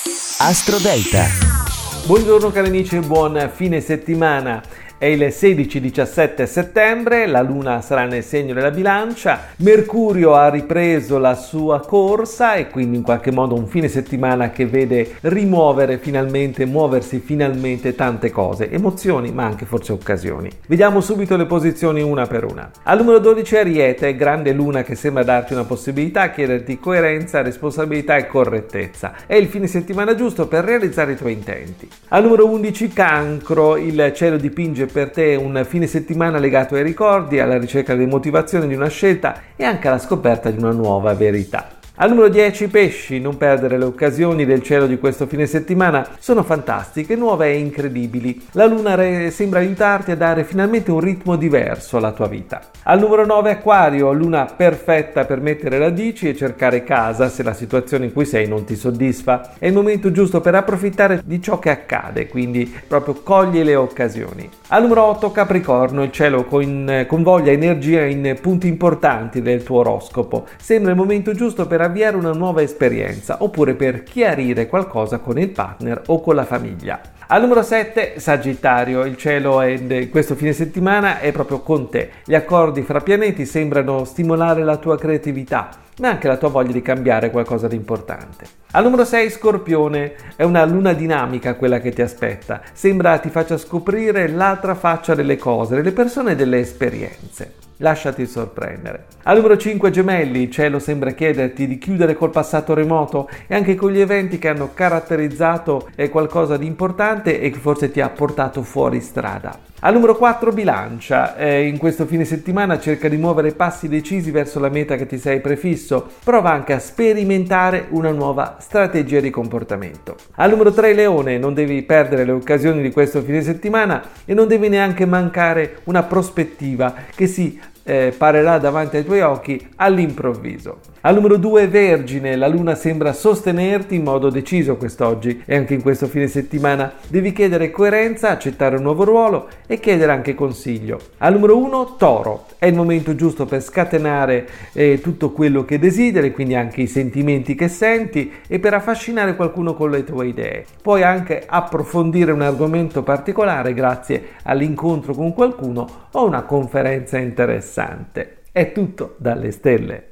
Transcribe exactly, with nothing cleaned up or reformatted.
Astrodelta. Buongiorno cari amici e buon fine settimana. È il sedici diciassette settembre, la luna sarà nel segno della bilancia, Mercurio ha ripreso la sua corsa e quindi in qualche modo un fine settimana che vede rimuovere finalmente, muoversi finalmente tante cose, emozioni ma anche forse occasioni. Vediamo subito le posizioni una per una. Al numero dodici Ariete, grande luna che sembra darti una possibilità, chiederti coerenza, responsabilità e correttezza. È il fine settimana giusto per realizzare i tuoi intenti. Al numero undici Cancro, il cielo dipinge per te un fine settimana legato ai ricordi, alla ricerca di motivazione di una scelta e anche alla scoperta di una nuova verità. Al numero dieci Pesci, non perdere le occasioni del cielo di questo fine settimana, sono fantastiche, nuove e incredibili. La luna re- sembra aiutarti a dare finalmente un ritmo diverso alla tua vita. Al numero nove Acquario, luna perfetta per mettere radici e cercare casa se la situazione in cui sei non ti soddisfa. È il momento giusto per approfittare di ciò che accade, quindi proprio cogli le occasioni. Al numero otto Capricorno, il cielo con, convoglia energia in punti importanti del tuo oroscopo. Sembra il momento giusto per avviare una nuova esperienza oppure per chiarire qualcosa con il partner o con la famiglia. Al numero sette Sagittario, il cielo è, questo fine settimana è proprio con te. Gli accordi fra pianeti sembrano stimolare la tua creatività, ma anche la tua voglia di cambiare qualcosa di importante. Al numero sei Scorpione, è una luna dinamica quella che ti aspetta, sembra ti faccia scoprire l'altra faccia delle cose, delle persone e delle esperienze. Lasciati sorprendere. Al numero cinque Gemelli, il cielo sembra chiederti di chiudere col passato remoto e anche con gli eventi che hanno caratterizzato qualcosa di importante e che forse ti ha portato fuori strada. Al numero quattro Bilancia, eh, in questo fine settimana cerca di muovere passi decisi verso la meta che ti sei prefisso, prova anche a sperimentare una nuova strategia di comportamento. Al numero tre Leone, non devi perdere le occasioni di questo fine settimana e non devi neanche mancare una prospettiva che si Eh, parerà davanti ai tuoi occhi all'improvviso. Al numero due Vergine, la luna sembra sostenerti in modo deciso quest'oggi e anche in questo fine settimana devi chiedere coerenza, accettare un nuovo ruolo e chiedere anche consiglio. Al numero uno Toro, è il momento giusto per scatenare eh, tutto quello che desideri, quindi anche i sentimenti che senti e per affascinare qualcuno con le tue idee. Puoi anche approfondire un argomento particolare grazie all'incontro con qualcuno o una conferenza interessante. È tutto dalle stelle.